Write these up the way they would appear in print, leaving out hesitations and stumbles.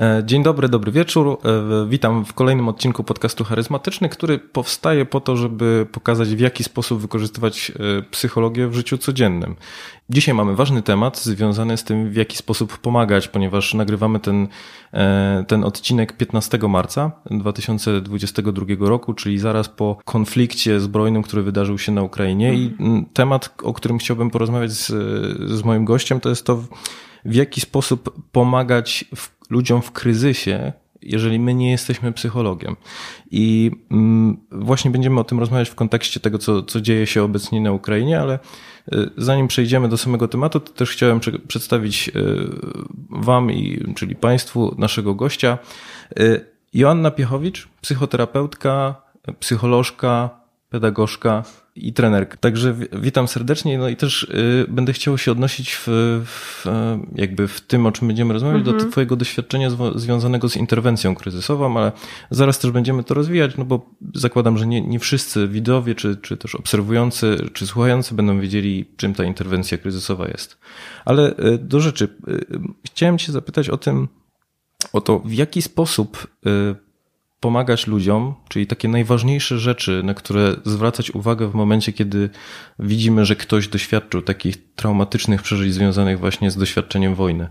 Dzień dobry, dobry wieczór. Witam w kolejnym odcinku podcastu Charyzmatyczny, który powstaje po to, żeby pokazać, w jaki sposób wykorzystywać psychologię w życiu codziennym. Dzisiaj mamy ważny temat związany z tym, w jaki sposób pomagać, ponieważ nagrywamy ten odcinek 15 marca 2022 roku, czyli zaraz po konflikcie zbrojnym, który wydarzył się na Ukrainie. I temat, o którym chciałbym porozmawiać z moim gościem, to jest to, w jaki sposób pomagać ludziom w kryzysie, jeżeli my nie jesteśmy psychologiem. I właśnie będziemy o tym rozmawiać w kontekście tego, co dzieje się obecnie na Ukrainie, ale zanim przejdziemy do samego tematu, to też chciałem przedstawić wam, czyli państwu, naszego gościa. Joanna Piechowicz, psychoterapeutka, psycholożka, pedagogzka i trenerka. Także witam serdecznie, no i też będę chciał się odnosić w tym, o czym będziemy rozmawiać, do twojego doświadczenia związanego z interwencją kryzysową, ale zaraz też będziemy to rozwijać, no bo zakładam, że nie wszyscy widzowie, czy też obserwujący, czy słuchający będą wiedzieli, czym ta interwencja kryzysowa jest. Ale do rzeczy. Chciałem cię zapytać o to, w jaki sposób pomagać ludziom, czyli takie najważniejsze rzeczy, na które zwracać uwagę w momencie, kiedy widzimy, że ktoś doświadczył takich traumatycznych przeżyć związanych właśnie z doświadczeniem wojny.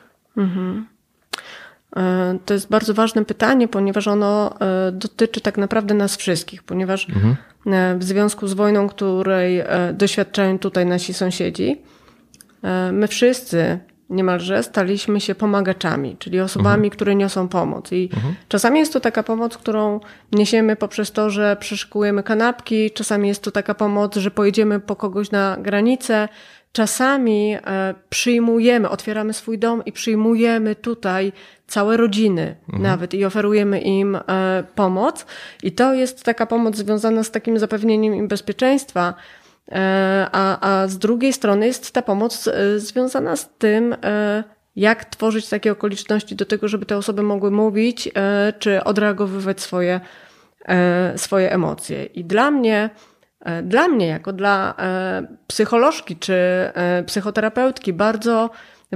To jest bardzo ważne pytanie, ponieważ ono dotyczy tak naprawdę nas wszystkich, ponieważ w związku z wojną, której doświadczają tutaj nasi sąsiedzi, my wszyscy niemalże staliśmy się pomagaczami, czyli osobami, które niosą pomoc. I czasami jest to taka pomoc, którą niesiemy poprzez to, że przyszykujemy kanapki, czasami jest to taka pomoc, że pojedziemy po kogoś na granicę, czasami otwieramy swój dom i przyjmujemy tutaj całe rodziny nawet i oferujemy im pomoc. I to jest taka pomoc związana z takim zapewnieniem im bezpieczeństwa, a z drugiej strony jest ta pomoc związana z tym, jak tworzyć takie okoliczności do tego, żeby te osoby mogły mówić czy odreagowywać swoje emocje. I dla mnie jako dla psycholożki czy psychoterapeutki bardzo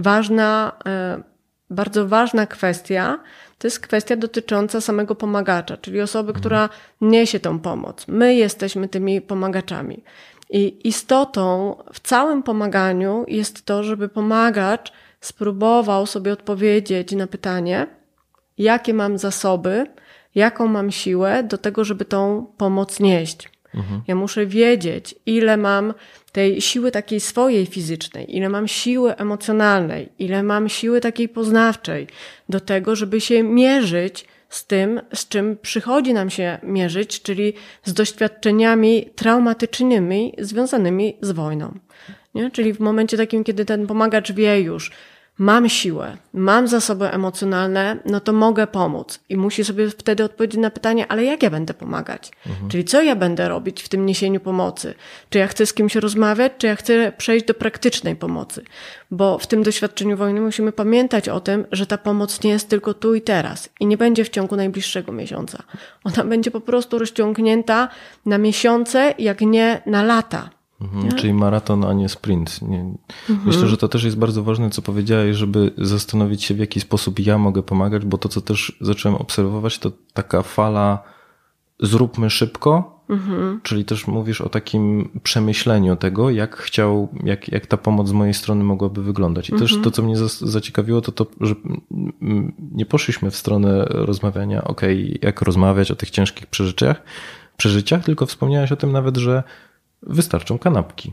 ważna kwestia to jest kwestia dotycząca samego pomagacza, czyli osoby, która niesie tą pomoc. My jesteśmy tymi pomagaczami. I istotą w całym pomaganiu jest to, żeby pomagacz spróbował sobie odpowiedzieć na pytanie, jakie mam zasoby, jaką mam siłę do tego, żeby tą pomoc nieść. Ja muszę wiedzieć, ile mam tej siły takiej swojej fizycznej, ile mam siły emocjonalnej, ile mam siły takiej poznawczej do tego, żeby się mierzyć z tym, z czym przychodzi nam się mierzyć, czyli z doświadczeniami traumatycznymi związanymi z wojną. Nie? Czyli w momencie takim, kiedy ten pomagacz wie już, mam siłę, mam zasoby emocjonalne, no to mogę pomóc. I musi sobie wtedy odpowiedzieć na pytanie, ale jak ja będę pomagać? Czyli co ja będę robić w tym niesieniu pomocy? Czy ja chcę z kimś rozmawiać, czy ja chcę przejść do praktycznej pomocy? Bo w tym doświadczeniu wojny musimy pamiętać o tym, że ta pomoc nie jest tylko tu i teraz i nie będzie w ciągu najbliższego miesiąca. Ona będzie po prostu rozciągnięta na miesiące, jak nie na lata. Czyli maraton, a nie sprint. Myślę, że to też jest bardzo ważne, co powiedziałeś, żeby zastanowić się, w jaki sposób ja mogę pomagać, bo to, co też zacząłem obserwować, to taka fala zróbmy szybko, czyli też mówisz o takim przemyśleniu tego, jak ta pomoc z mojej strony mogłaby wyglądać. I też to, co mnie zaciekawiło, to, że nie poszliśmy w stronę rozmawiania, jak rozmawiać o tych ciężkich przeżyciach, tylko wspomniałaś o tym nawet, że wystarczą kanapki.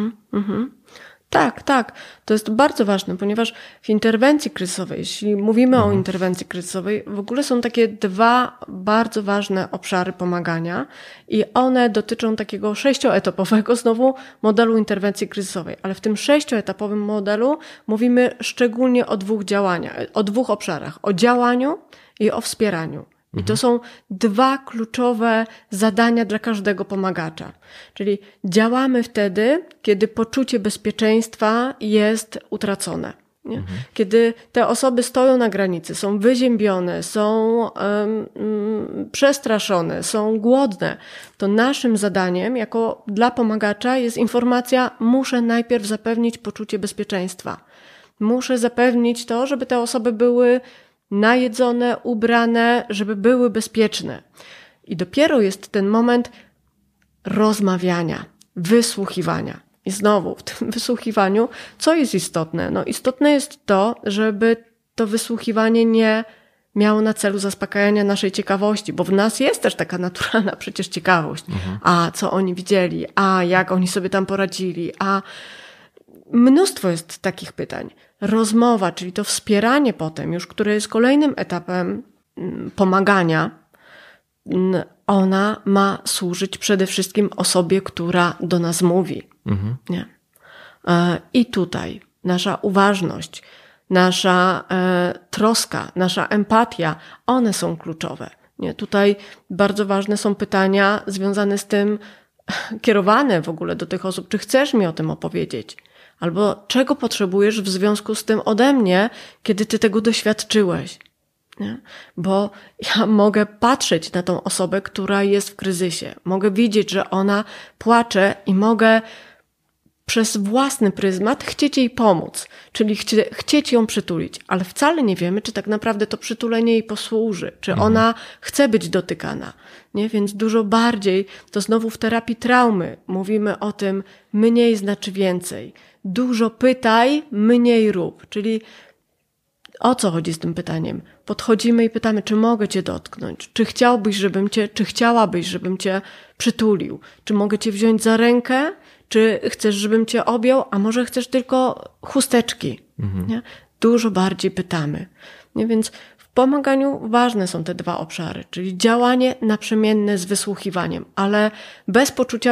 Tak. To jest bardzo ważne, ponieważ w interwencji kryzysowej, jeśli mówimy o interwencji kryzysowej, w ogóle są takie dwa bardzo ważne obszary pomagania i one dotyczą takiego 6-etapowego znowu modelu interwencji kryzysowej. Ale w tym 6-etapowym modelu mówimy szczególnie o dwóch obszarach. O działaniu i o wspieraniu. I to są dwa kluczowe zadania dla każdego pomagacza. Czyli działamy wtedy, kiedy poczucie bezpieczeństwa jest utracone. Nie? Kiedy te osoby stoją na granicy, są wyziębione, są przestraszone, są głodne, to naszym zadaniem jako dla pomagacza jest informacja: muszę najpierw zapewnić poczucie bezpieczeństwa. Muszę zapewnić to, żeby te osoby były najedzone, ubrane, żeby były bezpieczne. I dopiero jest ten moment rozmawiania, wysłuchiwania. I znowu w tym wysłuchiwaniu, co jest istotne? No istotne jest to, żeby to wysłuchiwanie nie miało na celu zaspokajania naszej ciekawości, bo w nas jest też taka naturalna przecież ciekawość. A co oni widzieli? A jak oni sobie tam poradzili? A mnóstwo jest takich pytań. Rozmowa, czyli to wspieranie potem już, które jest kolejnym etapem pomagania, ona ma służyć przede wszystkim osobie, która do nas mówi. Nie? I tutaj nasza uważność, nasza troska, nasza empatia, one są kluczowe. Nie? Tutaj bardzo ważne są pytania związane z tym, kierowane w ogóle do tych osób, czy chcesz mi o tym opowiedzieć? Albo czego potrzebujesz w związku z tym ode mnie, kiedy ty tego doświadczyłeś? Nie? Bo ja mogę patrzeć na tą osobę, która jest w kryzysie. Mogę widzieć, że ona płacze i mogę przez własny pryzmat chcieć jej pomóc, czyli chcieć ją przytulić, ale wcale nie wiemy, czy tak naprawdę to przytulenie jej posłuży, czy ona chce być dotykana. Nie? Więc dużo bardziej, to znowu w terapii traumy mówimy o tym, mniej znaczy więcej. Dużo pytaj, mniej rób, czyli o co chodzi z tym pytaniem? Podchodzimy i pytamy, czy mogę cię dotknąć? Czy chciałabyś, żebym cię przytulił? Czy mogę cię wziąć za rękę? Czy chcesz, żebym cię objął? A może chcesz tylko chusteczki? Nie? Dużo bardziej pytamy. Nie? Więc w pomaganiu ważne są te dwa obszary, czyli działanie naprzemienne z wysłuchiwaniem, ale bez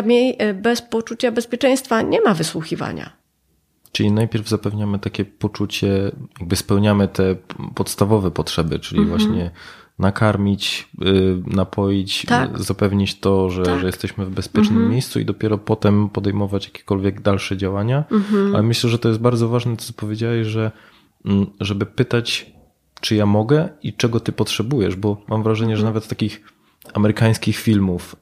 poczucia bezpieczeństwa nie ma wysłuchiwania. Czyli najpierw zapewniamy takie poczucie, jakby spełniamy te podstawowe potrzeby, czyli właśnie nakarmić, napoić, zapewnić to, że jesteśmy w bezpiecznym miejscu i dopiero potem podejmować jakiekolwiek dalsze działania. Ale myślę, że to jest bardzo ważne, co powiedziałeś, że żeby pytać, czy ja mogę i czego ty potrzebujesz, bo mam wrażenie, że nawet takich amerykańskich filmów,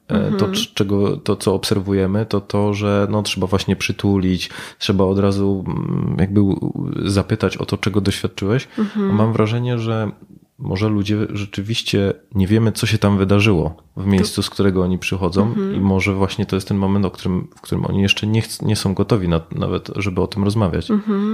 to co obserwujemy, to, że no, trzeba właśnie przytulić, trzeba od razu jakby zapytać o to, czego doświadczyłeś. Mam wrażenie, że może ludzie rzeczywiście nie wiemy, co się tam wydarzyło w miejscu, z którego oni przychodzą i może właśnie to jest ten moment, w którym oni jeszcze nie są gotowi nawet, żeby o tym rozmawiać.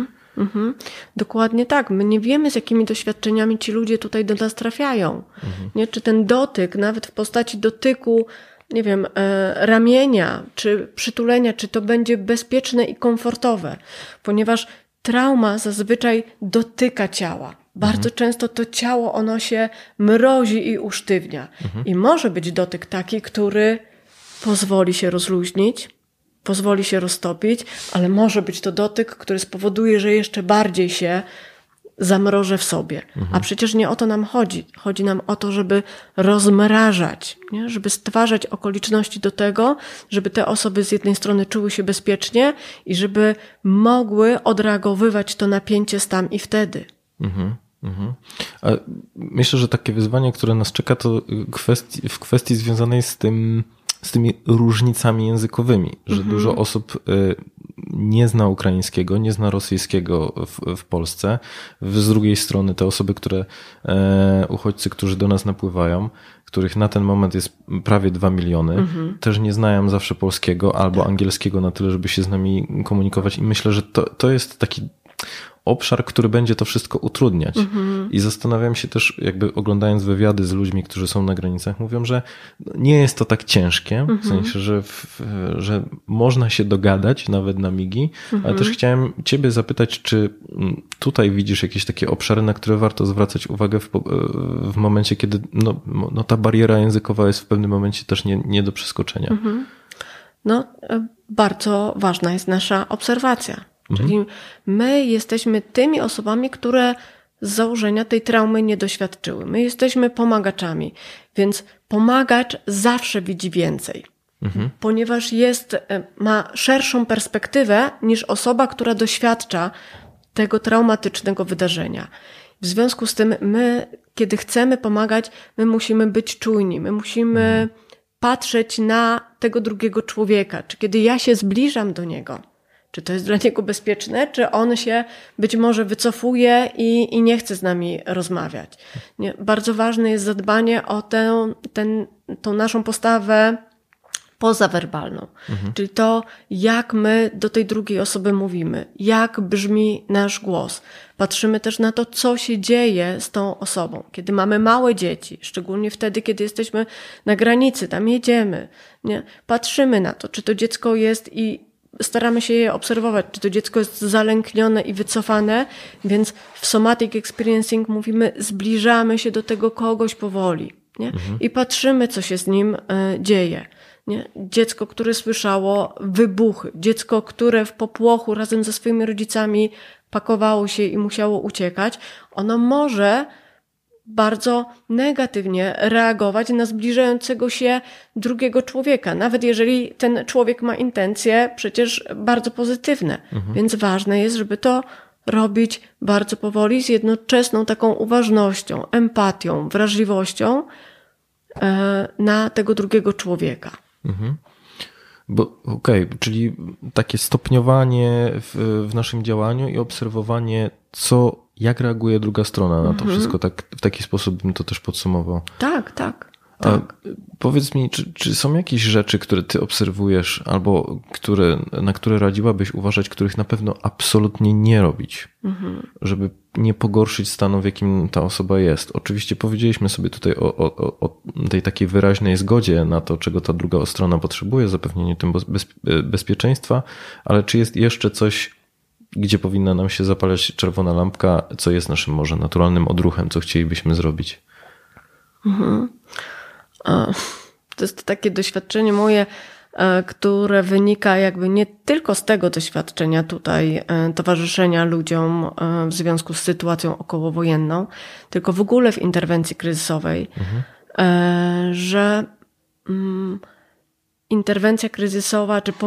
Dokładnie tak. My nie wiemy, z jakimi doświadczeniami ci ludzie tutaj do nas trafiają. Nie? Czy ten dotyk, nawet w postaci dotyku, nie wiem, ramienia, czy przytulenia, czy to będzie bezpieczne i komfortowe. Ponieważ trauma zazwyczaj dotyka ciała. Bardzo często to ciało, ono się mrozi i usztywnia. I może być dotyk taki, który pozwoli się rozluźnić, pozwoli się roztopić, ale może być to dotyk, który spowoduje, że jeszcze bardziej się zamrożę w sobie. A przecież nie o to nam chodzi. Chodzi nam o to, żeby rozmrażać, nie? Żeby stwarzać okoliczności do tego, żeby te osoby z jednej strony czuły się bezpiecznie i żeby mogły odreagowywać to napięcie tam i wtedy. A myślę, że takie wyzwanie, które nas czeka, to w kwestii związanej z tymi różnicami językowymi, że dużo osób nie zna ukraińskiego, nie zna rosyjskiego w Polsce. Z drugiej strony te osoby, uchodźcy, którzy do nas napływają, których na ten moment jest prawie 2 miliony, też nie znają zawsze polskiego albo angielskiego na tyle, żeby się z nami komunikować i myślę, że to jest taki obszar, który będzie to wszystko utrudniać. I zastanawiam się też, jakby oglądając wywiady z ludźmi, którzy są na granicach, mówią, że nie jest to tak ciężkie, w sensie, że można się dogadać nawet na migi, ale też chciałem ciebie zapytać, czy tutaj widzisz jakieś takie obszary, na które warto zwracać uwagę w momencie, kiedy no ta bariera językowa jest w pewnym momencie też nie do przeskoczenia. No, bardzo ważna jest nasza obserwacja. Czyli my jesteśmy tymi osobami, które z założenia tej traumy nie doświadczyły. My jesteśmy pomagaczami, więc pomagacz zawsze widzi więcej, ponieważ ma szerszą perspektywę niż osoba, która doświadcza tego traumatycznego wydarzenia. W związku z tym my, kiedy chcemy pomagać, my musimy być czujni, my musimy patrzeć na tego drugiego człowieka. Czy kiedy ja się zbliżam do niego, czy to jest dla niego bezpieczne, czy on się być może wycofuje i nie chce z nami rozmawiać. Nie? Bardzo ważne jest zadbanie o tą naszą postawę pozawerbalną, czyli to, jak my do tej drugiej osoby mówimy, jak brzmi nasz głos. Patrzymy też na to, co się dzieje z tą osobą. Kiedy mamy małe dzieci, szczególnie wtedy, kiedy jesteśmy na granicy, tam jedziemy, nie? Patrzymy na to, czy to dziecko jest i staramy się je obserwować, czy to dziecko jest zalęknione i wycofane, więc w somatic experiencing mówimy, zbliżamy się do tego kogoś powoli, nie? I patrzymy, co się z nim dzieje. Nie? Dziecko, które słyszało wybuchy, dziecko, które w popłochu razem ze swoimi rodzicami pakowało się i musiało uciekać, ono może bardzo negatywnie reagować na zbliżającego się drugiego człowieka, nawet jeżeli ten człowiek ma intencje przecież bardzo pozytywne. Więc ważne jest, żeby to robić bardzo powoli, z jednoczesną taką uważnością, empatią, wrażliwością na tego drugiego człowieka. Bo czyli takie stopniowanie w naszym działaniu i obserwowanie, jak reaguje druga strona na to wszystko. Tak, w taki sposób bym to też podsumował. Tak. A powiedz mi, czy są jakieś rzeczy, które ty obserwujesz albo na które radziłabyś uważać, których na pewno absolutnie nie robić, żeby nie pogorszyć stanu, w jakim ta osoba jest? Oczywiście powiedzieliśmy sobie tutaj o tej takiej wyraźnej zgodzie na to, czego ta druga strona potrzebuje, zapewnieniu tym bezpieczeństwa, ale czy jest jeszcze coś, gdzie powinna nam się zapalać czerwona lampka, co jest naszym może naturalnym odruchem, co chcielibyśmy zrobić? To jest takie doświadczenie moje, które wynika jakby nie tylko z tego doświadczenia tutaj towarzyszenia ludziom w związku z sytuacją okołowojenną, tylko w ogóle w interwencji kryzysowej, że interwencja kryzysowa czy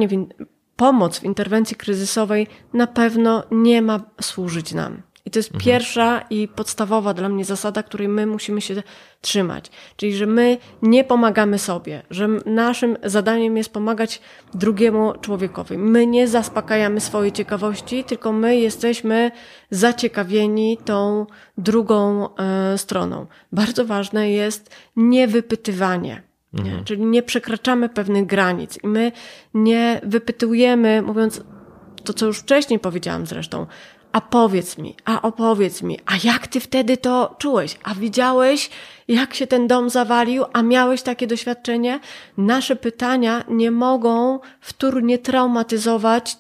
pomoc w interwencji kryzysowej na pewno nie ma służyć nam. I to jest pierwsza i podstawowa dla mnie zasada, której my musimy się trzymać. Czyli, że my nie pomagamy sobie, że naszym zadaniem jest pomagać drugiemu człowiekowi. My nie zaspokajamy swojej ciekawości, tylko my jesteśmy zaciekawieni tą drugą stroną. Bardzo ważne jest niewypytywanie. Nie? Czyli nie przekraczamy pewnych granic i my nie wypytujemy, mówiąc to, co już wcześniej powiedziałam zresztą, a powiedz mi, a opowiedz mi, a jak ty wtedy to czułeś? A widziałeś, jak się ten dom zawalił? A miałeś takie doświadczenie? Nasze pytania nie mogą wtórnie traumatyzować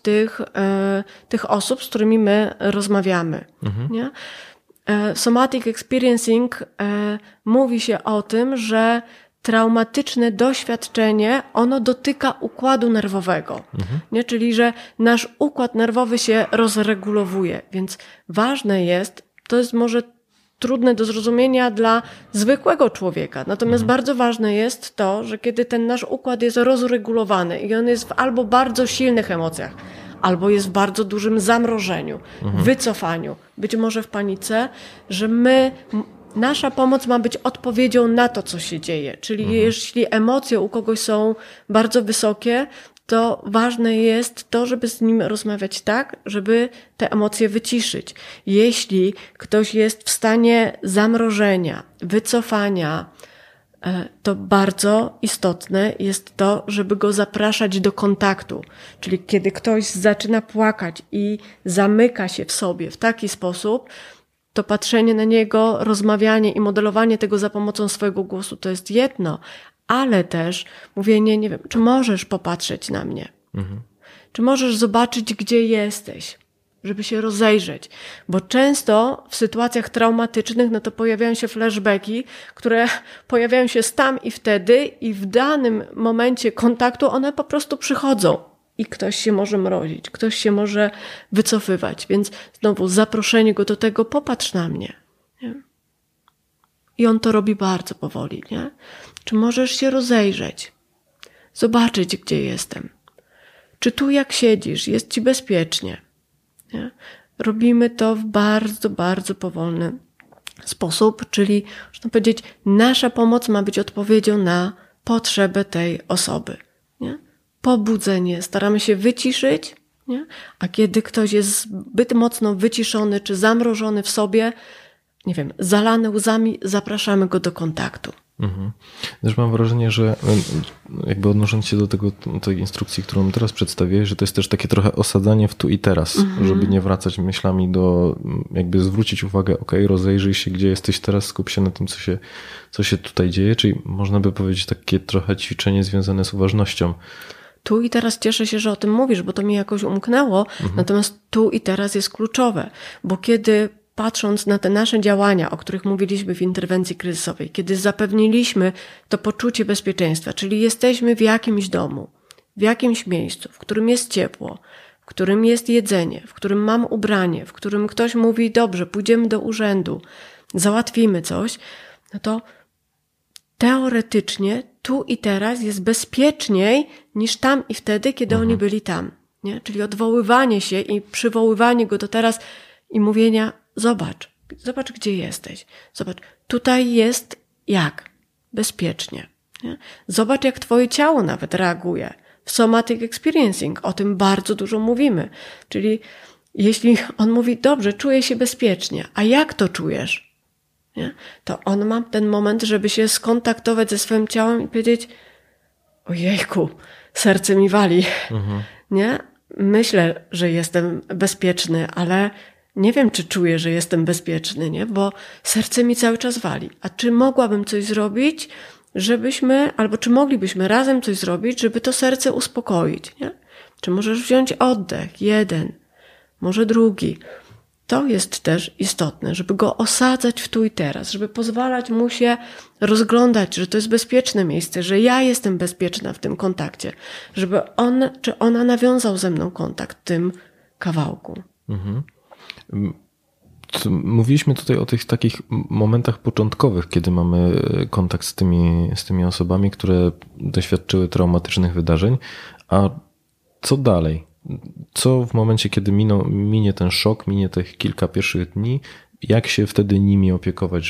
tych osób, z którymi my rozmawiamy. Nie? Somatic experiencing mówi się o tym, że traumatyczne doświadczenie, ono dotyka układu nerwowego. Nie? Czyli, że nasz układ nerwowy się rozregulowuje. Więc ważne jest, to jest może trudne do zrozumienia dla zwykłego człowieka. Natomiast bardzo ważne jest to, że kiedy ten nasz układ jest rozregulowany i on jest w albo bardzo silnych emocjach, albo jest w bardzo dużym zamrożeniu, wycofaniu, być może w panice, że nasza pomoc ma być odpowiedzią na to, co się dzieje. Czyli jeśli emocje u kogoś są bardzo wysokie, to ważne jest to, żeby z nim rozmawiać tak, żeby te emocje wyciszyć. Jeśli ktoś jest w stanie zamrożenia, wycofania, to bardzo istotne jest to, żeby go zapraszać do kontaktu. Czyli kiedy ktoś zaczyna płakać i zamyka się w sobie w taki sposób, to patrzenie na niego, rozmawianie i modelowanie tego za pomocą swojego głosu to jest jedno, ale też mówienie, nie wiem, czy możesz popatrzeć na mnie? Czy możesz zobaczyć, gdzie jesteś? Żeby się rozejrzeć. Bo często w sytuacjach traumatycznych, no to pojawiają się flashbacki, które pojawiają się tam i wtedy i w danym momencie kontaktu one po prostu przychodzą. I ktoś się może mrozić, ktoś się może wycofywać. Więc znowu zaproszenie go do tego, popatrz na mnie. Nie? I on to robi bardzo powoli. Nie? Czy możesz się rozejrzeć? Zobaczyć, gdzie jestem. Czy tu jak siedzisz, jest ci bezpiecznie? Nie? Robimy to w bardzo, bardzo powolny sposób, czyli można powiedzieć, nasza pomoc ma być odpowiedzią na potrzebę tej osoby. Nie? Pobudzenie, staramy się wyciszyć Nie? A kiedy ktoś jest zbyt mocno wyciszony czy zamrożony w sobie, nie wiem, zalany łzami, zapraszamy go do kontaktu. Też mam wrażenie, że jakby odnosząc się do tej instrukcji, którą teraz przedstawię, że to jest też takie trochę osadzanie w tu i teraz, żeby nie wracać myślami jakby zwrócić uwagę, rozejrzyj się, gdzie jesteś teraz, skup się na tym, co się tutaj dzieje, czyli można by powiedzieć takie trochę ćwiczenie związane z uważnością. Tu i teraz cieszę się, że o tym mówisz, bo to mi jakoś umknęło, natomiast tu i teraz jest kluczowe, bo kiedy patrząc na te nasze działania, o których mówiliśmy w interwencji kryzysowej, kiedy zapewniliśmy to poczucie bezpieczeństwa, czyli jesteśmy w jakimś domu, w jakimś miejscu, w którym jest ciepło, w którym jest jedzenie, w którym mam ubranie, w którym ktoś mówi, dobrze, pójdziemy do urzędu, załatwimy coś, no to teoretycznie tu i teraz jest bezpieczniej niż tam i wtedy, kiedy oni byli tam. Nie? Czyli odwoływanie się i przywoływanie go do teraz i mówienia, zobacz gdzie jesteś. Zobacz, tutaj jest jak? Bezpiecznie. Nie? Zobacz jak twoje ciało nawet reaguje. W somatic experiencing o tym bardzo dużo mówimy. Czyli jeśli on mówi, dobrze, czuję się bezpiecznie, a jak to czujesz? Nie? To on ma ten moment, żeby się skontaktować ze swoim ciałem i powiedzieć, ojejku, serce mi wali. Nie? Myślę, że jestem bezpieczny, ale nie wiem, czy czuję, że jestem bezpieczny, nie? Bo serce mi cały czas wali. A czy mogłabym coś zrobić, albo czy moglibyśmy razem coś zrobić, żeby to serce uspokoić, nie? Czy możesz wziąć oddech, jeden, może drugi. To jest też istotne, żeby go osadzać w tu i teraz, żeby pozwalać mu się rozglądać, że to jest bezpieczne miejsce, że ja jestem bezpieczna w tym kontakcie, żeby on czy ona nawiązał ze mną kontakt w tym kawałku. Mówiliśmy tutaj o tych takich momentach początkowych, kiedy mamy kontakt z tymi osobami, które doświadczyły traumatycznych wydarzeń, a co dalej? Co w momencie, kiedy minie ten szok, minie tych kilka pierwszych dni, jak się wtedy nimi opiekować,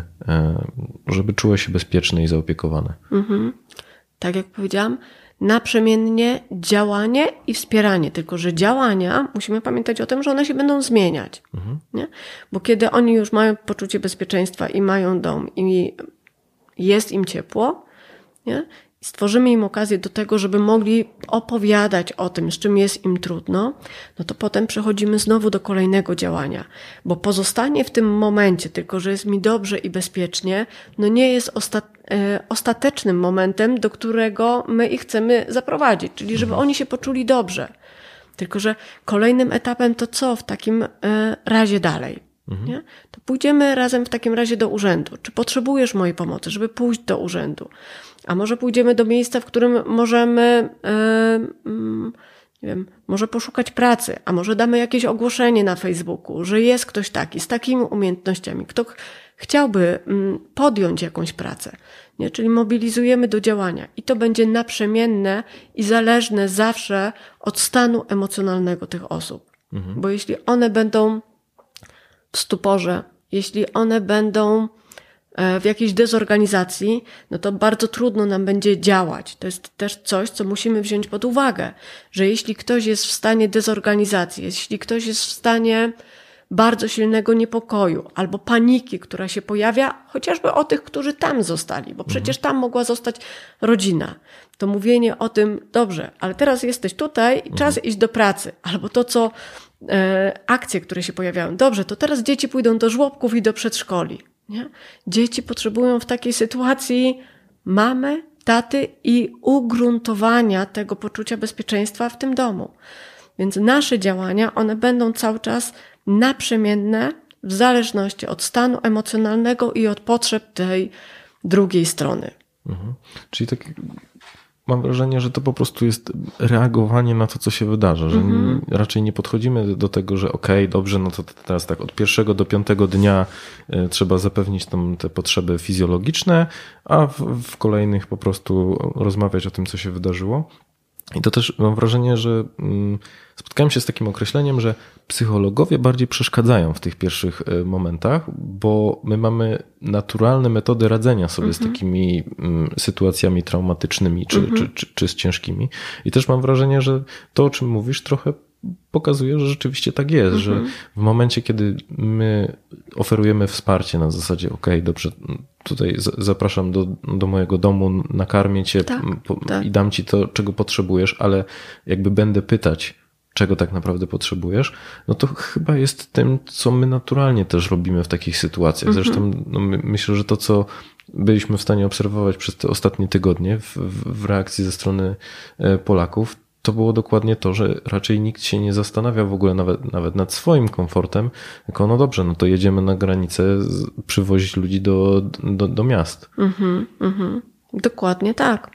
żeby czuły się bezpieczne i zaopiekowane? Tak jak powiedziałam, naprzemiennie działanie i wspieranie, tylko że działania, musimy pamiętać o tym, że one się będą zmieniać. Nie? Bo kiedy oni już mają poczucie bezpieczeństwa i mają dom i jest im ciepło, nie? Stworzymy im okazję do tego, żeby mogli opowiadać o tym, z czym jest im trudno, no to potem przechodzimy znowu do kolejnego działania. Bo pozostanie w tym momencie, tylko że jest mi dobrze i bezpiecznie, no nie jest ostatecznym momentem, do którego my ich chcemy zaprowadzić, czyli żeby oni się poczuli dobrze. Tylko że kolejnym etapem to co w takim razie dalej? Nie? To pójdziemy razem w takim razie do urzędu. Czy potrzebujesz mojej pomocy, żeby pójść do urzędu? A może pójdziemy do miejsca, w którym możemy, nie wiem, może poszukać pracy, a może damy jakieś ogłoszenie na Facebooku, że jest ktoś taki, z takimi umiejętnościami, kto chciałby podjąć jakąś pracę. Nie? Czyli mobilizujemy do działania i to będzie naprzemienne i zależne zawsze od stanu emocjonalnego tych osób. Bo jeśli one będą w stuporze, jeśli one będą w jakiejś dezorganizacji, no to bardzo trudno nam będzie działać. To jest też coś, co musimy wziąć pod uwagę, że jeśli ktoś jest w stanie dezorganizacji, jeśli ktoś jest w stanie bardzo silnego niepokoju albo paniki, która się pojawia, chociażby o tych, którzy tam zostali, bo przecież tam mogła zostać rodzina. To mówienie o tym, dobrze, ale teraz jesteś tutaj i czas iść do pracy. Albo to, co akcje, które się pojawiają. Dobrze, to teraz dzieci pójdą do żłobków i do przedszkoli. Nie? Dzieci potrzebują w takiej sytuacji mamy, taty i ugruntowania tego poczucia bezpieczeństwa w tym domu. Więc nasze działania, one będą cały czas naprzemienne w zależności od stanu emocjonalnego i od potrzeb tej drugiej strony. Czyli tak mam wrażenie, że to po prostu jest reagowanie na to, co się wydarza, że raczej nie podchodzimy do tego, że okej, dobrze, no to teraz tak od 1. do 5. dnia trzeba zapewnić tam te potrzeby fizjologiczne, a w kolejnych po prostu rozmawiać o tym, co się wydarzyło. I to też mam wrażenie, że spotkałem się z takim określeniem, że psychologowie bardziej przeszkadzają w tych pierwszych momentach, bo my mamy naturalne metody radzenia sobie z takimi sytuacjami traumatycznymi czy z ciężkimi. I też mam wrażenie, że to, o czym mówisz, trochę pokazuje, że rzeczywiście tak jest, że w momencie, kiedy my oferujemy wsparcie na zasadzie dobrze, tutaj zapraszam do mojego domu, nakarmię cię i dam ci to, czego potrzebujesz, ale jakby będę pytać, czego tak naprawdę potrzebujesz, no to chyba jest tym, co my naturalnie też robimy w takich sytuacjach. Zresztą myślę, że to, co byliśmy w stanie obserwować przez te ostatnie tygodnie w reakcji ze strony Polaków, to było dokładnie to, że raczej nikt się nie zastanawia w ogóle nawet nad swoim komfortem, tylko no dobrze, no to jedziemy na granicę przywozić ludzi do miast. Dokładnie tak.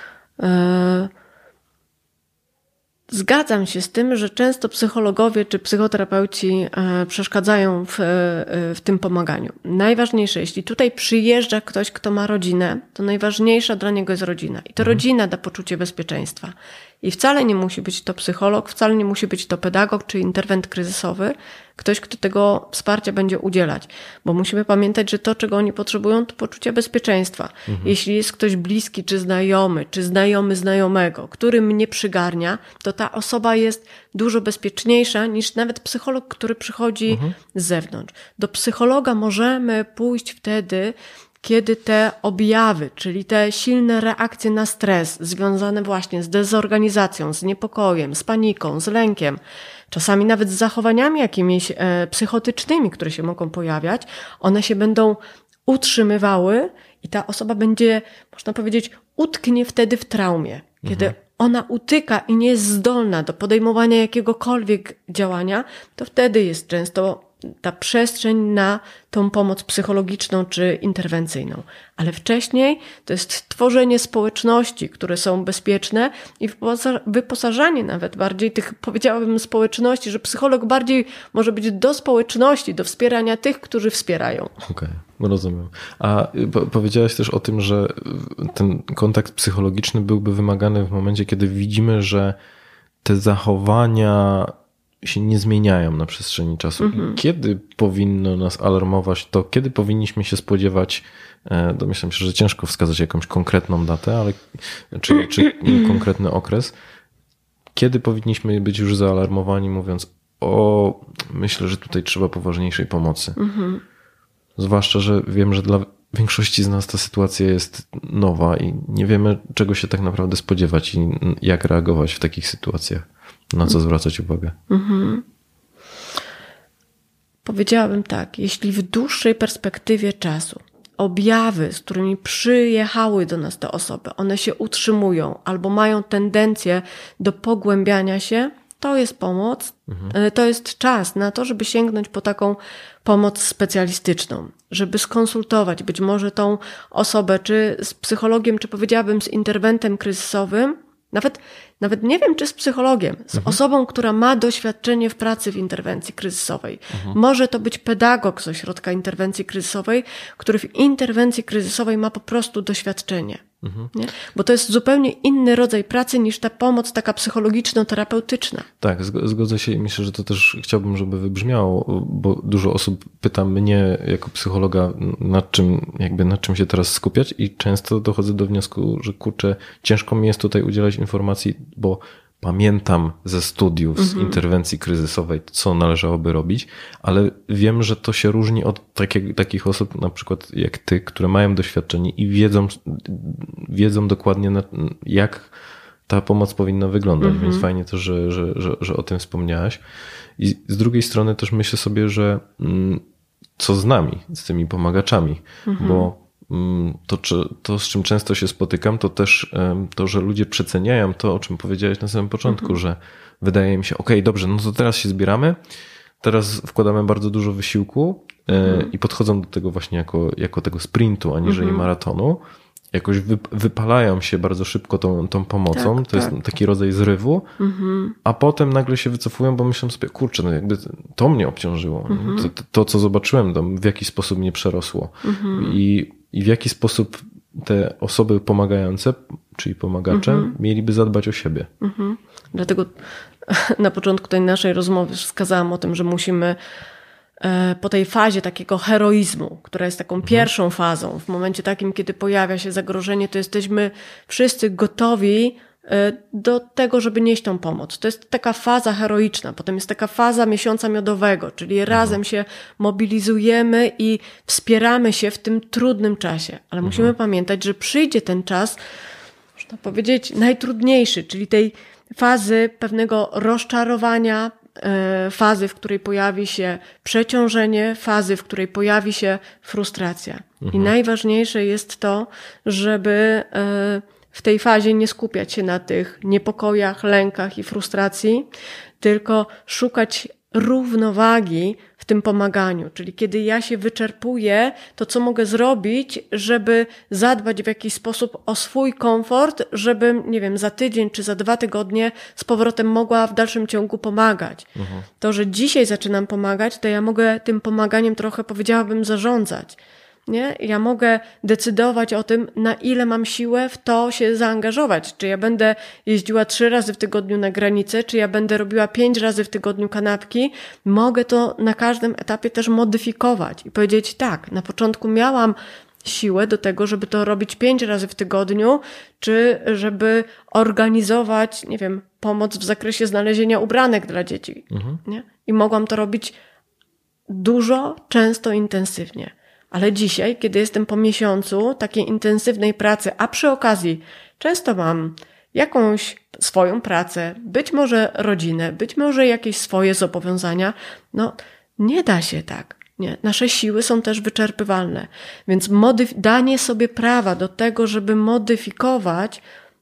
Zgadzam się z tym, że często psychologowie czy psychoterapeuci przeszkadzają w tym pomaganiu. Najważniejsze, jeśli tutaj przyjeżdża ktoś, kto ma rodzinę, to najważniejsza dla niego jest rodzina. I to rodzina da poczucie bezpieczeństwa. I wcale nie musi być to psycholog, wcale nie musi być to pedagog czy interwent kryzysowy, ktoś, kto tego wsparcia będzie udzielać. Bo musimy pamiętać, że to, czego oni potrzebują, to poczucie bezpieczeństwa. Jeśli jest ktoś bliski, czy znajomy znajomego, który mnie przygarnia, to ta osoba jest dużo bezpieczniejsza niż nawet psycholog, który przychodzi z zewnątrz. Do psychologa możemy pójść wtedy, kiedy te objawy, czyli te silne reakcje na stres związane właśnie z dezorganizacją, z niepokojem, z paniką, z lękiem, czasami nawet z zachowaniami jakimiś psychotycznymi, które się mogą pojawiać, one się będą utrzymywały i ta osoba będzie, można powiedzieć, utknie wtedy w traumie. Kiedy ona utyka i nie jest zdolna do podejmowania jakiegokolwiek działania, to wtedy jest często ta przestrzeń na tą pomoc psychologiczną czy interwencyjną. Ale wcześniej to jest tworzenie społeczności, które są bezpieczne i wyposażanie nawet bardziej tych, powiedziałabym, społeczności, że psycholog bardziej może być do społeczności, do wspierania tych, którzy wspierają. Okej, rozumiem. A powiedziałaś też o tym, że ten kontakt psychologiczny byłby wymagany w momencie, kiedy widzimy, że te zachowania się nie zmieniają na przestrzeni czasu. Kiedy powinno nas alarmować to, kiedy powinniśmy się spodziewać, domyślam się, że ciężko wskazać jakąś konkretną datę, ale czy konkretny okres, kiedy powinniśmy być już zaalarmowani, mówiąc, myślę, że tutaj trzeba poważniejszej pomocy. Zwłaszcza, że wiem, że dla większości z nas ta sytuacja jest nowa i nie wiemy, czego się tak naprawdę spodziewać i jak reagować w takich sytuacjach. Na co zwracać uwagę? Powiedziałabym tak, jeśli w dłuższej perspektywie czasu objawy, z którymi przyjechały do nas te osoby, one się utrzymują albo mają tendencję do pogłębiania się, to jest pomoc, to jest czas na to, żeby sięgnąć po taką pomoc specjalistyczną, żeby skonsultować być może tą osobę, czy z psychologiem, czy powiedziałabym z interwentem kryzysowym, nawet nie wiem, czy z psychologiem, z osobą, która ma doświadczenie w pracy w interwencji kryzysowej. Może to być pedagog z ośrodka interwencji kryzysowej, który w interwencji kryzysowej ma po prostu doświadczenie. Nie? Bo to jest zupełnie inny rodzaj pracy niż ta pomoc taka psychologiczno-terapeutyczna. Tak, zgodzę się i myślę, że to też chciałbym, żeby wybrzmiało, bo dużo osób pyta mnie jako psychologa, nad czym się teraz skupiać i często dochodzę do wniosku, że kurczę, ciężko mi jest tutaj udzielać informacji, bo pamiętam ze studiów, z interwencji kryzysowej, co należałoby robić, ale wiem, że to się różni od takich osób, na przykład jak ty, które mają doświadczenie i wiedzą dokładnie, jak ta pomoc powinna wyglądać, więc fajnie to, że o tym wspomniałaś. I z drugiej strony też myślę sobie, że co z nami, z tymi pomagaczami, bo to, z czym często się spotykam, to też to, że ludzie przeceniają to, o czym powiedziałeś na samym początku, że wydaje mi się, dobrze, no to teraz się zbieramy, teraz wkładamy bardzo dużo wysiłku i podchodzą do tego właśnie jako tego sprintu, aniżeli maratonu. Jakoś wypalają się bardzo szybko tą pomocą, to jest taki rodzaj zrywu, a potem nagle się wycofują, bo myślą sobie, kurczę, no jakby to mnie obciążyło. To, co zobaczyłem, w jaki sposób mnie przerosło. I w jaki sposób te osoby pomagające, czyli pomagacze, mieliby zadbać o siebie. Dlatego na początku tej naszej rozmowy wskazałam o tym, że musimy po tej fazie takiego heroizmu, która jest taką pierwszą fazą, w momencie takim, kiedy pojawia się zagrożenie, to jesteśmy wszyscy gotowi do tego, żeby nieść tą pomoc. To jest taka faza heroiczna, potem jest taka faza miesiąca miodowego, czyli razem się mobilizujemy i wspieramy się w tym trudnym czasie. Ale musimy pamiętać, że przyjdzie ten czas, można powiedzieć, najtrudniejszy, czyli tej fazy pewnego rozczarowania, fazy, w której pojawi się przeciążenie, fazy, w której pojawi się frustracja. I najważniejsze jest to, żeby w tej fazie nie skupiać się na tych niepokojach, lękach i frustracji, tylko szukać równowagi w tym pomaganiu. Czyli kiedy ja się wyczerpuję, to co mogę zrobić, żeby zadbać w jakiś sposób o swój komfort, żebym, nie wiem, za tydzień czy za 2 tygodnie z powrotem mogła w dalszym ciągu pomagać. To, że dzisiaj zaczynam pomagać, to ja mogę tym pomaganiem trochę, powiedziałabym, zarządzać. Nie? Ja mogę decydować o tym, na ile mam siłę w to się zaangażować. Czy ja będę jeździła 3 razy w tygodniu na granicę, czy ja będę robiła 5 razy w tygodniu kanapki. Mogę to na każdym etapie też modyfikować i powiedzieć tak, na początku miałam siłę do tego, żeby to robić 5 razy w tygodniu, czy żeby organizować, nie wiem, pomoc w zakresie znalezienia ubranek dla dzieci. Nie? I mogłam to robić dużo, często, intensywnie. Ale dzisiaj, kiedy jestem po miesiącu takiej intensywnej pracy, a przy okazji często mam jakąś swoją pracę, być może rodzinę, być może jakieś swoje zobowiązania, no nie da się tak. Nie. Nasze siły są też wyczerpywalne. Więc danie sobie prawa do tego, żeby modyfikować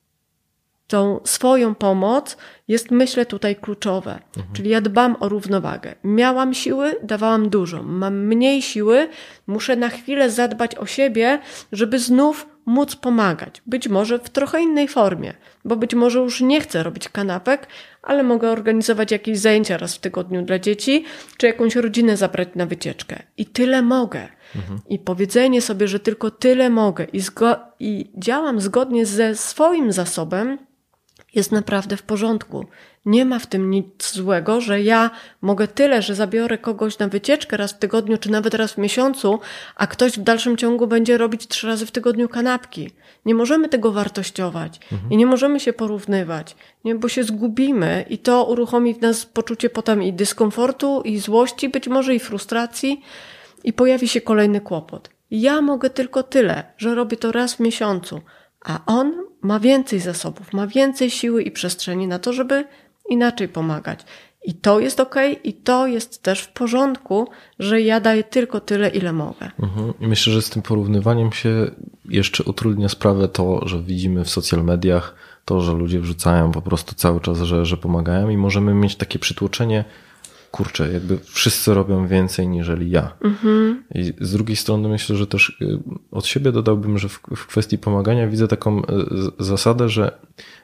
tą swoją pomoc jest, myślę, tutaj kluczowe. Czyli ja dbam o równowagę. Miałam siły, dawałam dużo. Mam mniej siły, muszę na chwilę zadbać o siebie, żeby znów móc pomagać. Być może w trochę innej formie, bo być może już nie chcę robić kanapek, ale mogę organizować jakieś zajęcia raz w tygodniu dla dzieci, czy jakąś rodzinę zabrać na wycieczkę. I tyle mogę. I powiedzenie sobie, że tylko tyle mogę i działam zgodnie ze swoim zasobem, jest naprawdę w porządku. Nie ma w tym nic złego, że ja mogę tyle, że zabiorę kogoś na wycieczkę raz w tygodniu, czy nawet raz w miesiącu, a ktoś w dalszym ciągu będzie robić 3 razy w tygodniu kanapki. Nie możemy tego wartościować i nie możemy się porównywać, nie? Bo się zgubimy i to uruchomi w nas poczucie potem i dyskomfortu, i złości, być może i frustracji i pojawi się kolejny kłopot. Ja mogę tylko tyle, że robię to raz w miesiącu, a on ma więcej zasobów, ma więcej siły i przestrzeni na to, żeby inaczej pomagać. I to jest okej, i to jest też w porządku, że ja daję tylko tyle, ile mogę. I myślę, że z tym porównywaniem się jeszcze utrudnia sprawę to, że widzimy w social mediach to, że ludzie wrzucają po prostu cały czas, że pomagają i możemy mieć takie przytłoczenie, kurczę, jakby wszyscy robią więcej niżeli ja. I z drugiej strony myślę, że też od siebie dodałbym, że w kwestii pomagania widzę taką zasadę, że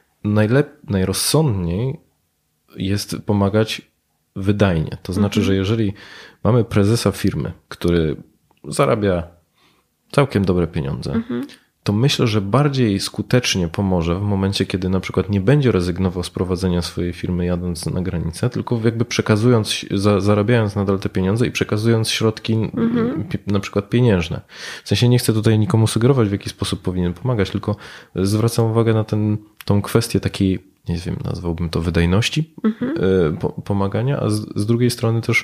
najrozsądniej jest pomagać wydajnie. To znaczy, że jeżeli mamy prezesa firmy, który zarabia całkiem dobre pieniądze, to myślę, że bardziej skutecznie pomoże w momencie, kiedy na przykład nie będzie rezygnował z prowadzenia swojej firmy jadąc na granicę, tylko jakby przekazując, zarabiając nadal te pieniądze i przekazując środki na przykład pieniężne. W sensie nie chcę tutaj nikomu sugerować, w jaki sposób powinien pomagać, tylko zwracam uwagę na tą kwestię takiej, nie wiem, nazwałbym to wydajności pomagania, a z drugiej strony też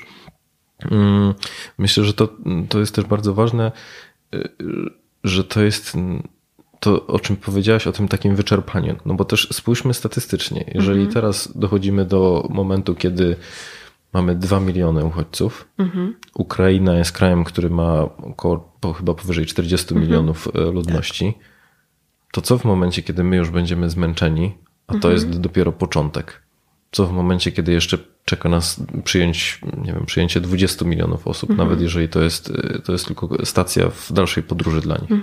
myślę, że to jest też bardzo ważne, że to jest to, o czym powiedziałaś, o tym takim wyczerpaniu. No bo też spójrzmy statystycznie. Jeżeli teraz dochodzimy do momentu, kiedy mamy 2 miliony uchodźców, Ukraina jest krajem, który ma chyba powyżej 40 milionów ludności, to co w momencie, kiedy my już będziemy zmęczeni, a to jest dopiero początek? Co w momencie, kiedy jeszcze czeka nas przyjęcie 20 milionów osób, nawet jeżeli to jest tylko stacja w dalszej podróży dla nich.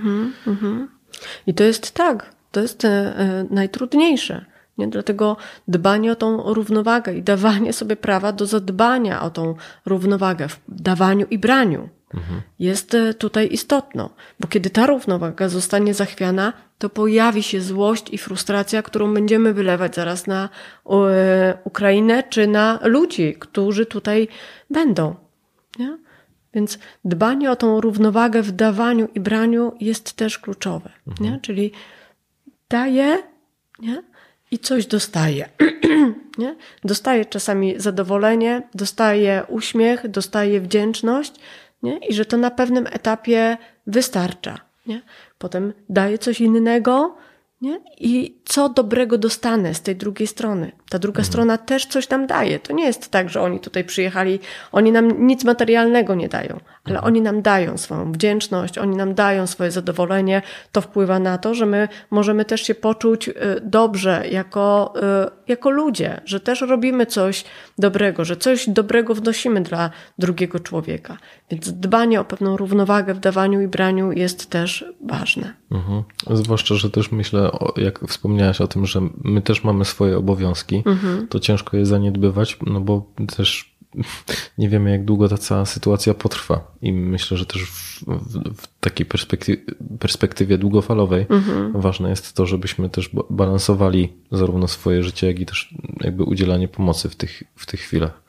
I to jest tak, to jest najtrudniejsze. Nie? Dlatego dbanie o tą równowagę i dawanie sobie prawa do zadbania o tą równowagę w dawaniu i braniu jest tutaj istotną. Bo kiedy ta równowaga zostanie zachwiana, to pojawi się złość i frustracja, którą będziemy wylewać zaraz na Ukrainę czy na ludzi, którzy tutaj będą. Nie? Więc dbanie o tą równowagę w dawaniu i braniu jest też kluczowe. Nie? Czyli daję, nie? i coś dostaje. Nie? Dostaje czasami zadowolenie, dostaje uśmiech, dostaje wdzięczność, nie? I że to na pewnym etapie wystarcza. Nie? Potem daje coś innego, nie? I co dobrego dostanę z tej drugiej strony. Ta druga strona też coś nam daje. To nie jest tak, że oni tutaj przyjechali, oni nam nic materialnego nie dają, ale oni nam dają swoją wdzięczność, oni nam dają swoje zadowolenie. To wpływa na to, że my możemy też się poczuć dobrze jako ludzie, że też robimy coś dobrego, że coś dobrego wnosimy dla drugiego człowieka. Więc dbanie o pewną równowagę w dawaniu i braniu jest też ważne. Zwłaszcza, że też myślę, jak wspomniałaś o tym, że my też mamy swoje obowiązki, to ciężko je zaniedbywać, no bo też nie wiemy, jak długo ta cała sytuacja potrwa i myślę, że też w takiej perspektywie długofalowej ważne jest to, żebyśmy też balansowali zarówno swoje życie, jak i też jakby udzielanie pomocy w tych chwilach.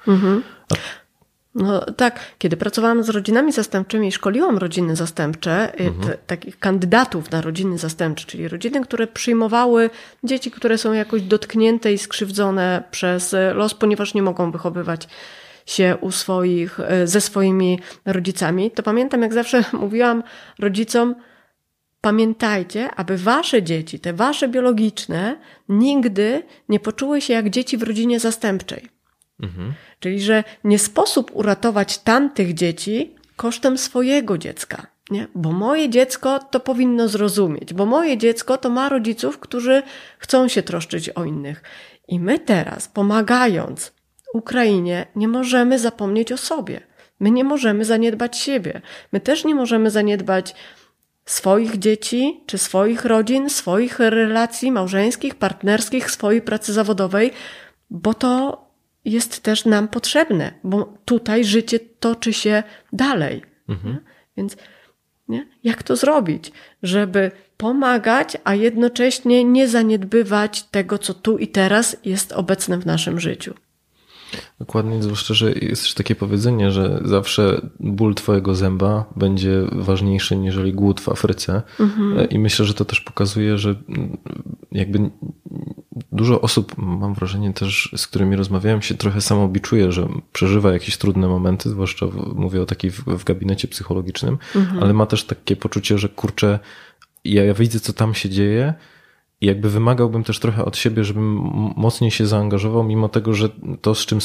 No tak, kiedy pracowałam z rodzinami zastępczymi i szkoliłam rodziny zastępcze, takich kandydatów na rodziny zastępcze, czyli rodziny, które przyjmowały dzieci, które są jakoś dotknięte i skrzywdzone przez los, ponieważ nie mogą wychowywać się ze swoimi rodzicami, to pamiętam, jak zawsze mówiłam rodzicom, pamiętajcie, aby wasze dzieci, te wasze biologiczne, nigdy nie poczuły się jak dzieci w rodzinie zastępczej. Czyli, że nie sposób uratować tamtych dzieci kosztem swojego dziecka. Nie? Bo moje dziecko to powinno zrozumieć, bo moje dziecko to ma rodziców, którzy chcą się troszczyć o innych. I my teraz, pomagając Ukrainie, nie możemy zapomnieć o sobie. My nie możemy zaniedbać siebie. My też nie możemy zaniedbać swoich dzieci, czy swoich rodzin, swoich relacji małżeńskich, partnerskich, swojej pracy zawodowej, bo to jest też nam potrzebne, bo tutaj życie toczy się dalej. Więc jak to zrobić, żeby pomagać, a jednocześnie nie zaniedbywać tego, co tu i teraz jest obecne w naszym życiu? Dokładnie, zwłaszcza, że jest też takie powiedzenie, że zawsze ból twojego zęba będzie ważniejszy niżeli głód w Afryce. I myślę, że to też pokazuje, że jakby dużo osób, mam wrażenie też, z którymi rozmawiałem, się trochę samobiczuje, że przeżywa jakieś trudne momenty, zwłaszcza mówię o takiej w gabinecie psychologicznym, ale ma też takie poczucie, że kurczę, ja widzę, co tam się dzieje, i jakby wymagałbym też trochę od siebie, żebym mocniej się zaangażował, mimo tego, że to, z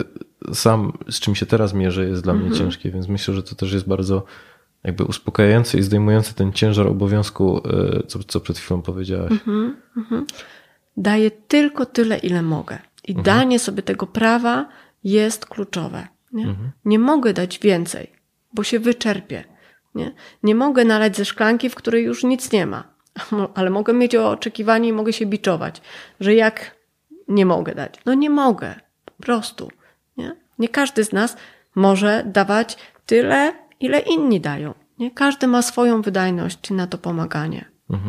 czym się teraz mierzę, jest dla mnie ciężkie, więc myślę, że to też jest bardzo jakby uspokajające i zdejmujące ten ciężar obowiązku, co przed chwilą powiedziałaś. Daję tylko tyle, ile mogę. I danie sobie tego prawa jest kluczowe. Nie mogę dać więcej, bo się wyczerpię. Nie mogę nalać ze szklanki, w której już nic nie ma. Ale mogę mieć oczekiwanie i mogę się biczować, że jak nie mogę dać. No nie mogę, po prostu. Nie każdy z nas może dawać tyle, ile inni dają. Nie każdy ma swoją wydajność na to pomaganie.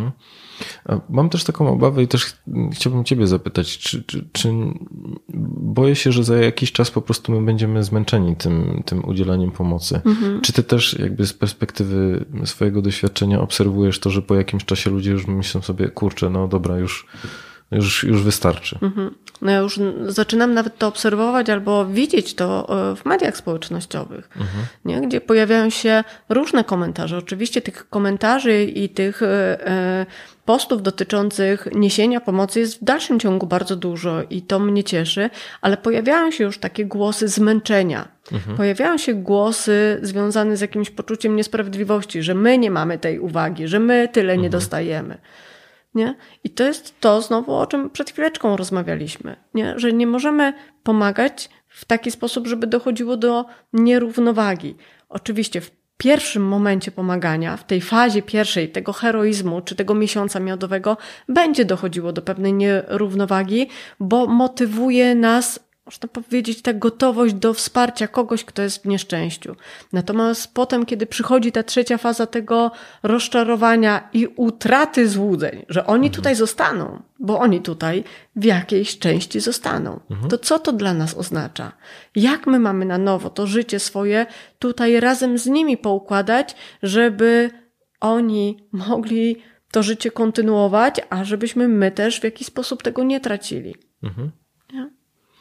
Mam też taką obawę i też chciałbym ciebie zapytać, czy boję się, że za jakiś czas po prostu my będziemy zmęczeni tym udzielaniem pomocy. Czy ty też jakby z perspektywy swojego doświadczenia obserwujesz to, że po jakimś czasie ludzie już myślą sobie, kurczę, no dobra, już wystarczy. No ja już zaczynam nawet to obserwować albo widzieć to w mediach społecznościowych, nie? Gdzie pojawiają się różne komentarze. Oczywiście tych komentarzy i tych postów dotyczących niesienia pomocy jest w dalszym ciągu bardzo dużo i to mnie cieszy, ale pojawiają się już takie głosy zmęczenia. Pojawiają się głosy związane z jakimś poczuciem niesprawiedliwości, że my nie mamy tej uwagi, że my tyle nie dostajemy. Nie? I to jest to znowu, o czym przed chwileczką rozmawialiśmy, nie? Że nie możemy pomagać w taki sposób, żeby dochodziło do nierównowagi. Oczywiście w pierwszym momencie pomagania, w tej fazie pierwszej tego heroizmu czy tego miesiąca miodowego będzie dochodziło do pewnej nierównowagi, bo motywuje nas, można powiedzieć, ta gotowość do wsparcia kogoś, kto jest w nieszczęściu. Natomiast potem, kiedy przychodzi ta trzecia faza tego rozczarowania i utraty złudzeń, że oni tutaj zostaną, bo oni tutaj w jakiejś części zostaną, to co to dla nas oznacza? Jak my mamy na nowo to życie swoje tutaj razem z nimi poukładać, żeby oni mogli to życie kontynuować, a żebyśmy my też w jakiś sposób tego nie tracili. Nie?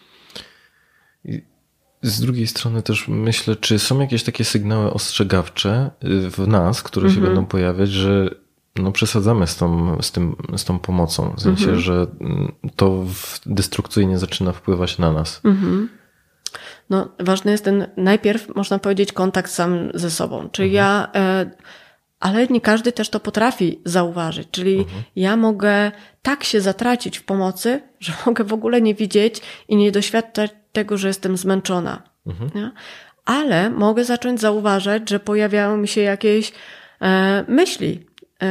I z drugiej strony też myślę, czy są jakieś takie sygnały ostrzegawcze w nas, które się będą pojawiać, że przesadzamy z tą pomocą. W sensie, że to destrukcyjnie zaczyna wpływać na nas. Ważny jest ten najpierw, można powiedzieć, kontakt sam ze sobą. Czyli ale nie każdy też to potrafi zauważyć. Czyli ja mogę tak się zatracić w pomocy, że mogę w ogóle nie widzieć i nie doświadczać tego, że jestem zmęczona. Nie? Ale mogę zacząć zauważać, że pojawiają mi się jakieś myśli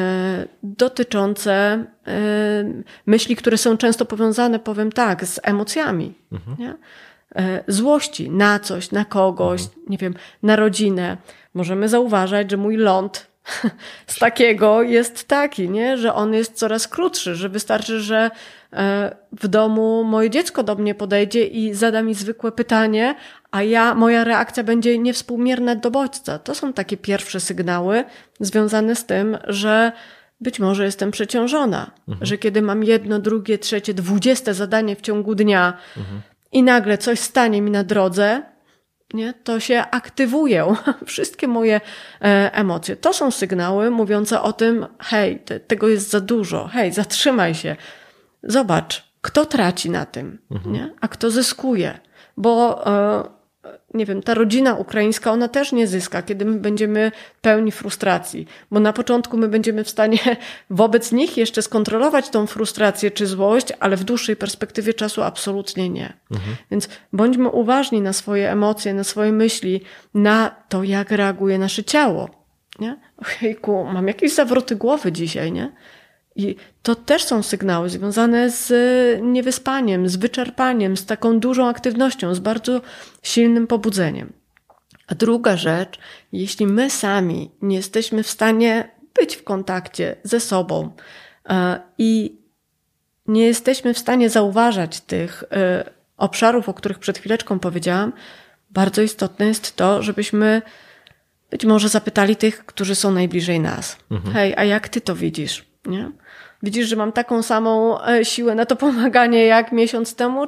dotyczące myśli, które są często powiązane, powiem tak, z emocjami. Nie? Złości na coś, na kogoś, nie wiem, na rodzinę. Możemy zauważać, że mój ląd z takiego jest taki, nie? Że on jest coraz krótszy, że wystarczy, że w domu moje dziecko do mnie podejdzie i zada mi zwykłe pytanie, a moja reakcja będzie niewspółmierna do bodźca. To są takie pierwsze sygnały związane z tym, że być może jestem przeciążona, że kiedy mam 1, 2, 3, 20 zadanie w ciągu dnia i nagle coś stanie mi na drodze, nie, to się aktywują wszystkie moje emocje. To są sygnały mówiące o tym, hej, tego jest za dużo, hej, zatrzymaj się. Zobacz, kto traci na tym, nie? A kto zyskuje. Bo nie wiem, ta rodzina ukraińska, ona też nie zyska, kiedy my będziemy pełni frustracji. Bo na początku my będziemy w stanie wobec nich jeszcze skontrolować tą frustrację czy złość, ale w dłuższej perspektywie czasu absolutnie nie. Więc bądźmy uważni na swoje emocje, na swoje myśli, na to, jak reaguje nasze ciało. Nie? Ojejku, mam jakieś zawroty głowy dzisiaj, nie? I to też są sygnały związane z niewyspaniem, z wyczerpaniem, z taką dużą aktywnością, z bardzo silnym pobudzeniem. A druga rzecz, jeśli my sami nie jesteśmy w stanie być w kontakcie ze sobą i nie jesteśmy w stanie zauważać tych obszarów, o których przed chwileczką powiedziałam, bardzo istotne jest to, żebyśmy być może zapytali tych, którzy są najbliżej nas. Hej, a jak ty to widzisz? Nie? Widzisz, że mam taką samą siłę na to pomaganie jak miesiąc temu,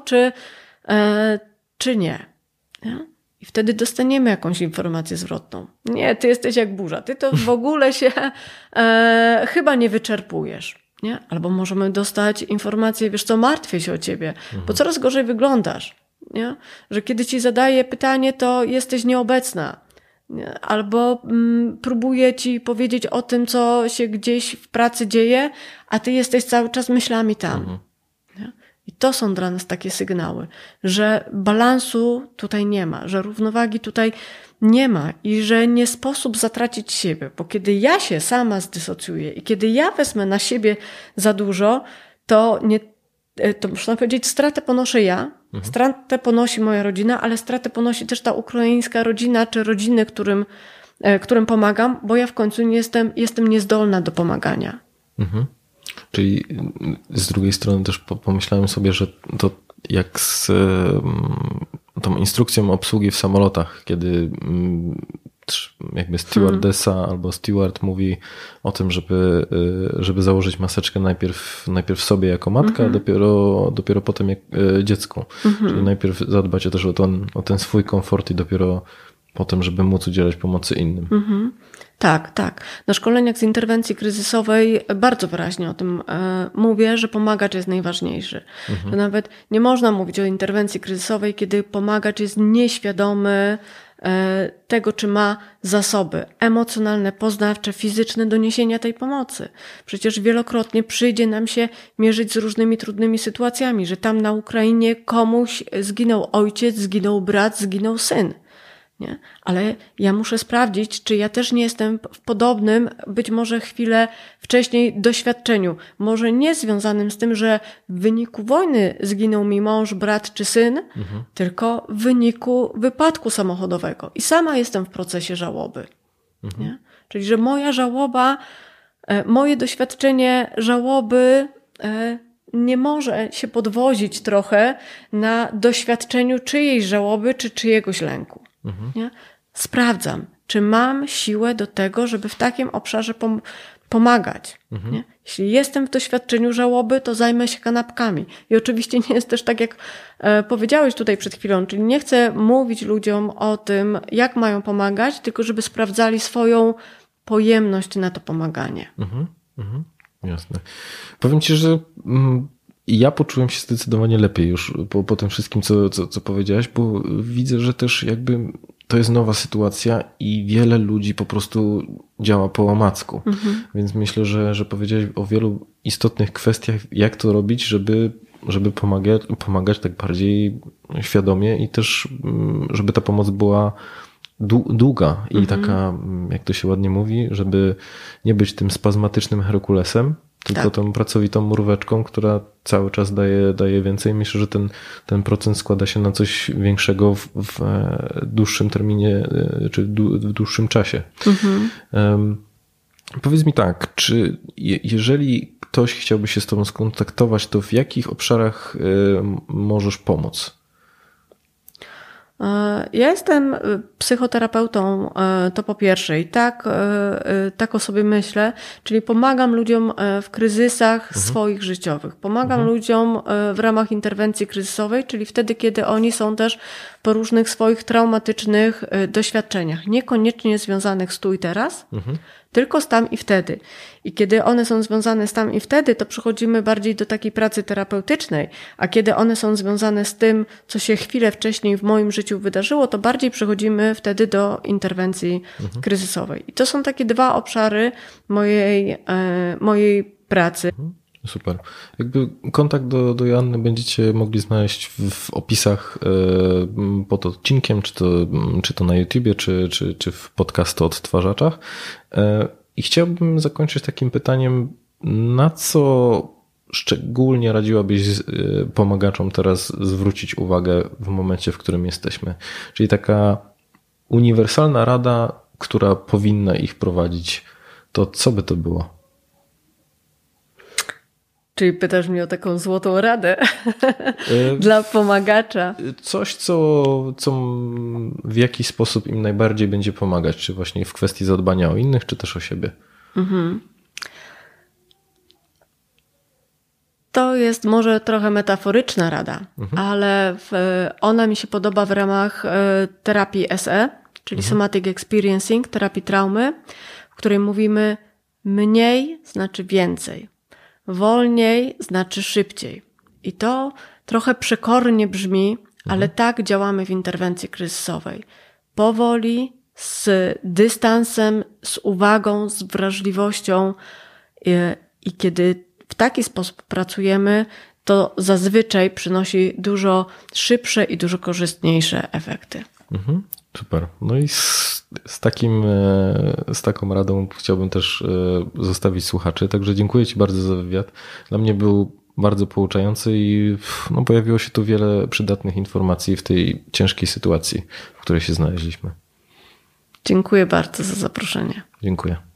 czy nie? Nie? I wtedy dostaniemy jakąś informację zwrotną. Nie, ty jesteś jak burza. Ty to w ogóle się chyba nie wyczerpujesz. Nie? Albo możemy dostać informację, wiesz co, martwię się o ciebie, bo coraz gorzej wyglądasz. Nie? Że kiedy ci zadaję pytanie, to jesteś nieobecna. Albo próbuję ci powiedzieć o tym, co się gdzieś w pracy dzieje, a ty jesteś cały czas myślami tam. I to są dla nas takie sygnały, że balansu tutaj nie ma, że równowagi tutaj nie ma i że nie sposób zatracić siebie, bo kiedy ja się sama zdysocjuję i kiedy ja wezmę na siebie za dużo, to można powiedzieć, stratę ponoszę ja, stratę ponosi moja rodzina, ale stratę ponosi też ta ukraińska rodzina, czy rodziny, którym pomagam, bo ja w końcu jestem niezdolna do pomagania. Czyli z drugiej strony też pomyślałem sobie, że to jak z tą instrukcją obsługi w samolotach, kiedy jakby stewardessa albo steward mówi o tym, żeby założyć maseczkę najpierw sobie jako matka, a dopiero potem jak dziecku. Czyli najpierw zadbać też o ten swój komfort i dopiero potem, żeby móc udzielać pomocy innym. Tak, tak. Na szkoleniach z interwencji kryzysowej bardzo wyraźnie o tym mówię, że pomagacz jest najważniejszy. Że nawet nie można mówić o interwencji kryzysowej, kiedy pomagacz jest nieświadomy tego, czy ma zasoby emocjonalne, poznawcze, fizyczne do niesienia tej pomocy. Przecież wielokrotnie przyjdzie nam się mierzyć z różnymi trudnymi sytuacjami, że tam na Ukrainie komuś zginął ojciec, zginął brat, zginął syn. Nie? Ale ja muszę sprawdzić, czy ja też nie jestem w podobnym, być może chwilę wcześniej doświadczeniu. Może nie związanym z tym, że w wyniku wojny zginął mi mąż, brat czy syn, tylko w wyniku wypadku samochodowego. I sama jestem w procesie żałoby. Nie? Czyli, że moja żałoba, moje doświadczenie żałoby nie może się podwozić trochę na doświadczeniu czyjejś żałoby czy czyjegoś lęku. Nie? Sprawdzam, czy mam siłę do tego, żeby w takim obszarze pomagać. Nie? Jeśli jestem w doświadczeniu żałoby, to zajmę się kanapkami. I oczywiście nie jest też tak, jak powiedziałeś tutaj przed chwilą, czyli nie chcę mówić ludziom o tym, jak mają pomagać, tylko żeby sprawdzali swoją pojemność na to pomaganie. Jasne. Powiem ci, że ja poczułem się zdecydowanie lepiej już po tym wszystkim, co powiedziałaś, bo widzę, że też jakby to jest nowa sytuacja i wiele ludzi po prostu działa po omacku. Więc myślę, że powiedziałeś o wielu istotnych kwestiach, jak to robić, żeby pomagać tak bardziej świadomie i też, żeby ta pomoc była długa i taka, jak to się ładnie mówi, żeby nie być tym spazmatycznym Herkulesem, tylko tą pracowitą mróweczką, która cały czas daje więcej. Myślę, że ten procent składa się na coś większego w dłuższym terminie, czy w dłuższym czasie. Powiedz mi tak, czy jeżeli ktoś chciałby się z tobą skontaktować, to w jakich obszarach możesz pomóc? Ja jestem psychoterapeutą, to po pierwsze, i tak o sobie myślę, czyli pomagam ludziom w kryzysach swoich życiowych. Pomagam ludziom w ramach interwencji kryzysowej, czyli wtedy, kiedy oni są też po różnych swoich traumatycznych doświadczeniach, niekoniecznie związanych z tu i teraz, tylko z tam i wtedy. I kiedy one są związane z tam i wtedy, to przechodzimy bardziej do takiej pracy terapeutycznej, a kiedy one są związane z tym, co się chwilę wcześniej w moim życiu wydarzyło, to bardziej przechodzimy wtedy do interwencji kryzysowej. I to są takie dwa obszary mojej pracy. Super. Jakby kontakt do Joanny będziecie mogli znaleźć w opisach pod odcinkiem, czy to na YouTubie, czy w podcastu odtwarzaczach. I chciałbym zakończyć takim pytaniem, na co szczególnie radziłabyś pomagaczom teraz zwrócić uwagę w momencie, w którym jesteśmy? Czyli taka uniwersalna rada, która powinna ich prowadzić, to co by to było? Czyli pytasz mnie o taką złotą radę dla pomagacza. Coś, co w jakiś sposób im najbardziej będzie pomagać, czy właśnie w kwestii zadbania o innych, czy też o siebie. To jest może trochę metaforyczna rada, ale ona mi się podoba w ramach terapii SE, czyli Somatic Experiencing, terapii traumy, w której mówimy mniej znaczy więcej. Wolniej znaczy szybciej. I to trochę przekornie brzmi, ale tak działamy w interwencji kryzysowej. Powoli, z dystansem, z uwagą, z wrażliwością i kiedy w taki sposób pracujemy, to zazwyczaj przynosi dużo szybsze i dużo korzystniejsze efekty. Super. No i z taką radą chciałbym też zostawić słuchaczy. Także dziękuję Ci bardzo za wywiad. Dla mnie był bardzo pouczający i pojawiło się tu wiele przydatnych informacji w tej ciężkiej sytuacji, w której się znaleźliśmy. Dziękuję bardzo za zaproszenie. Dziękuję.